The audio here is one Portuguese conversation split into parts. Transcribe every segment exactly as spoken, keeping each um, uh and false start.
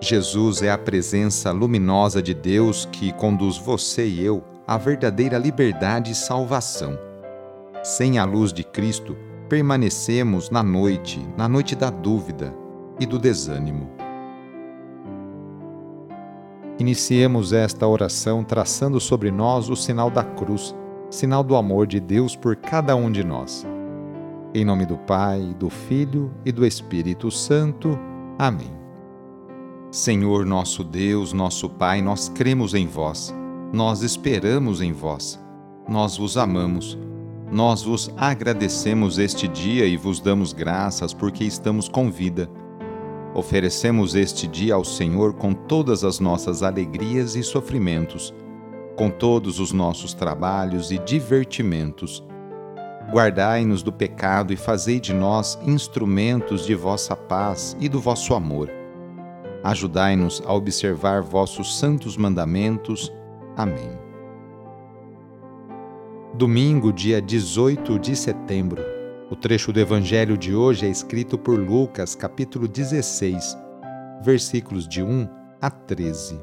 Jesus é a presença luminosa de Deus que conduz você e eu à verdadeira liberdade e salvação. Sem a luz de Cristo, permanecemos na noite, na noite da dúvida e do desânimo. Iniciemos esta oração traçando sobre nós o sinal da cruz, sinal do amor de Deus por cada um de nós. Em nome do Pai, do Filho e do Espírito Santo. Amém. Senhor nosso Deus, nosso Pai, nós cremos em vós, nós esperamos em vós, nós vos amamos, nós vos agradecemos este dia e vos damos graças porque estamos com vida. Oferecemos este dia ao Senhor com todas as nossas alegrias e sofrimentos, com todos os nossos trabalhos e divertimentos. Guardai-nos do pecado e fazei de nós instrumentos de vossa paz e do vosso amor. Ajudai-nos a observar vossos santos mandamentos. Amém. Domingo, dia dezoito de setembro. O trecho do Evangelho de hoje é escrito por Lucas, capítulo dezesseis, versículos de um a treze.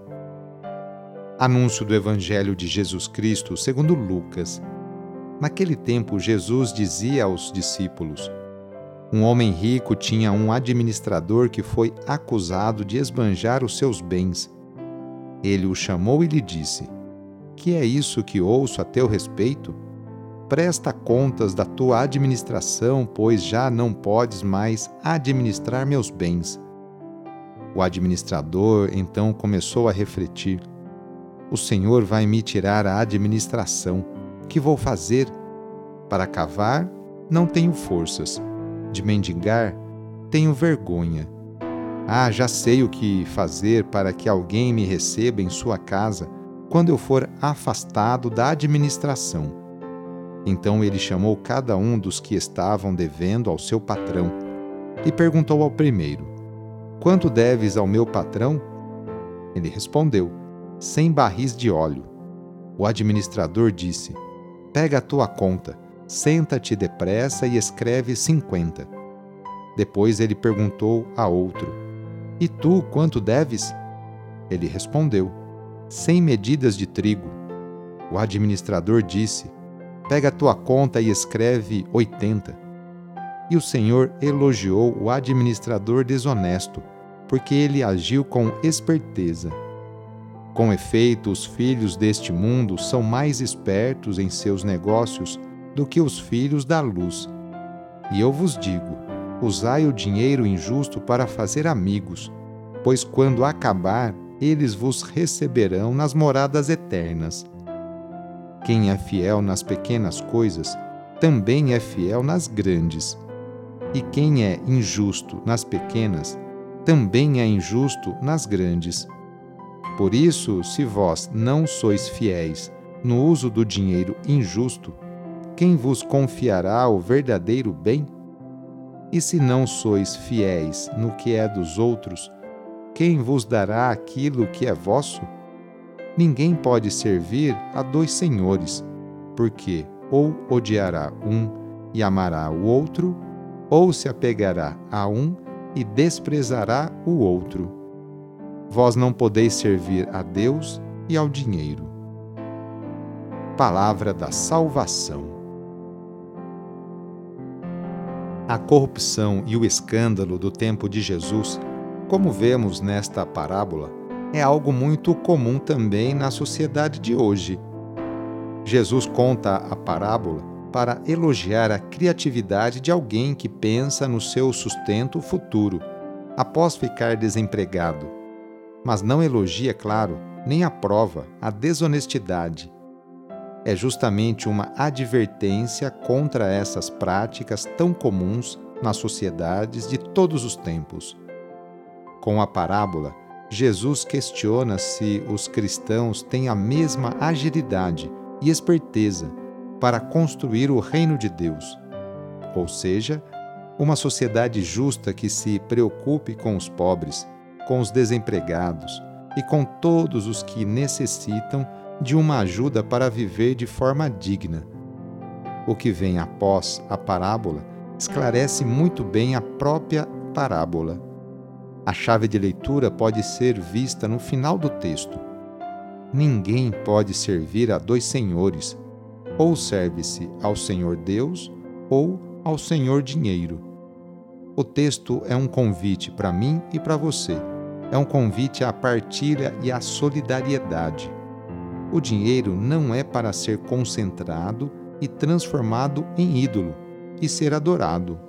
Anúncio do Evangelho de Jesus Cristo segundo Lucas. Naquele tempo, Jesus dizia aos discípulos: Um homem rico tinha um administrador que foi acusado de esbanjar os seus bens. Ele o chamou e lhe disse: Que é isso que ouço a teu respeito? Presta contas da tua administração, pois já não podes mais administrar meus bens. O administrador então começou a refletir: O Senhor vai me tirar a administração. Que vou fazer? Para cavar, não tenho forças. De mendigar, tenho vergonha. Ah, já sei o que fazer para que alguém me receba em sua casa quando eu for afastado da administração. Então ele chamou cada um dos que estavam devendo ao seu patrão e perguntou ao primeiro: Quanto deves ao meu patrão? Ele respondeu: Cem barris de óleo. O administrador disse: Pega a tua conta, senta-te depressa e escreve cinquenta. Depois ele perguntou a outro: E tu, quanto deves? Ele respondeu: Cem medidas de trigo. O administrador disse: Pega a tua conta e escreve oitenta. E o Senhor elogiou o administrador desonesto, porque ele agiu com esperteza. Com efeito, os filhos deste mundo são mais espertos em seus negócios do que os filhos da luz. E eu vos digo, usai o dinheiro injusto para fazer amigos, pois quando acabar, eles vos receberão nas moradas eternas. Quem é fiel nas pequenas coisas, também é fiel nas grandes. E quem é injusto nas pequenas, também é injusto nas grandes. Por isso, se vós não sois fiéis no uso do dinheiro injusto, quem vos confiará o verdadeiro bem? E se não sois fiéis no que é dos outros, quem vos dará aquilo que é vosso? Ninguém pode servir a dois senhores, porque ou odiará um e amará o outro, ou se apegará a um e desprezará o outro. Vós não podeis servir a Deus e ao dinheiro. Palavra da salvação. A corrupção e o escândalo do tempo de Jesus, como vemos nesta parábola, é algo muito comum também na sociedade de hoje. Jesus conta a parábola para elogiar a criatividade de alguém que pensa no seu sustento futuro, após ficar desempregado. Mas não elogia, claro, nem aprova a desonestidade. É justamente uma advertência contra essas práticas tão comuns nas sociedades de todos os tempos. Com a parábola, Jesus questiona se os cristãos têm a mesma agilidade e esperteza para construir o reino de Deus, ou seja, uma sociedade justa que se preocupe com os pobres, com os desempregados e com todos os que necessitam de uma ajuda para viver de forma digna. O que vem após a parábola esclarece muito bem a própria parábola. A chave de leitura pode ser vista no final do texto. Ninguém pode servir a dois senhores, ou serve-se ao Senhor Deus ou ao Senhor Dinheiro. O texto é um convite para mim e para você. É um convite à partilha e à solidariedade. O dinheiro não é para ser concentrado e transformado em ídolo e ser adorado.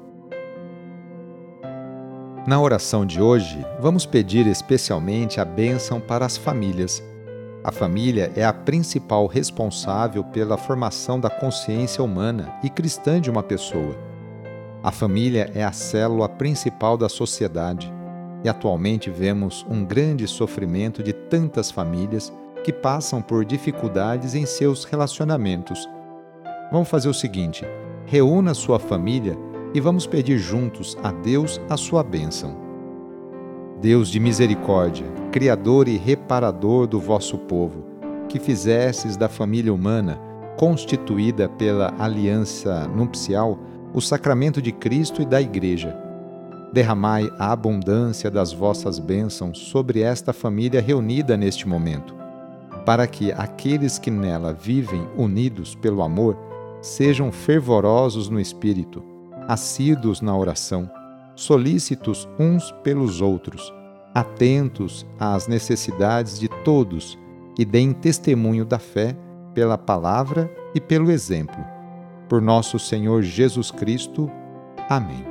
Na oração de hoje, vamos pedir especialmente a bênção para as famílias. A família é a principal responsável pela formação da consciência humana e cristã de uma pessoa. A família é a célula principal da sociedade e atualmente vemos um grande sofrimento de tantas famílias que passam por dificuldades em seus relacionamentos. Vamos fazer o seguinte: reúna sua família e vamos pedir juntos a Deus a sua bênção. Deus de misericórdia, Criador e Reparador do vosso povo, que fizestes da família humana, constituída pela aliança nupcial, o sacramento de Cristo e da Igreja, derramai a abundância das vossas bênçãos sobre esta família reunida neste momento, para que aqueles que nela vivem unidos pelo amor sejam fervorosos no espírito, assíduos na oração, solícitos uns pelos outros, atentos às necessidades de todos e deem testemunho da fé pela palavra e pelo exemplo. Por nosso Senhor Jesus Cristo. Amém.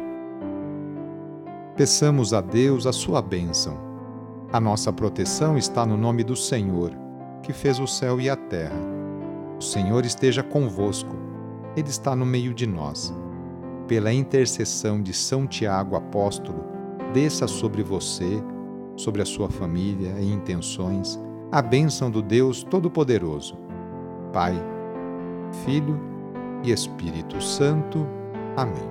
Peçamos a Deus a sua bênção. A nossa proteção está no nome do Senhor, que fez o céu e a terra. O Senhor esteja convosco. Ele está no meio de nós. Pela intercessão de São Tiago Apóstolo, desça sobre você, sobre a sua família e intenções, a bênção do Deus Todo-Poderoso, Pai, Filho e Espírito Santo. Amém.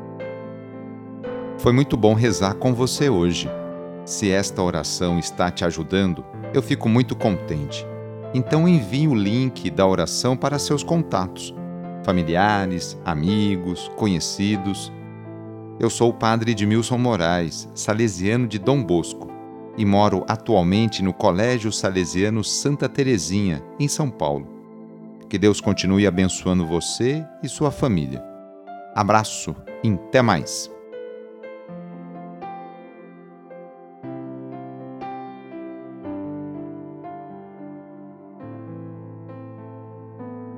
Foi muito bom rezar com você hoje. Se esta oração está te ajudando, eu fico muito contente. Então envie o link da oração para seus contatos, familiares, amigos, conhecidos. Eu sou o padre Edmilson Moraes, salesiano de Dom Bosco, e moro atualmente no Colégio Salesiano Santa Terezinha, em São Paulo. Que Deus continue abençoando você e sua família. Abraço e até mais!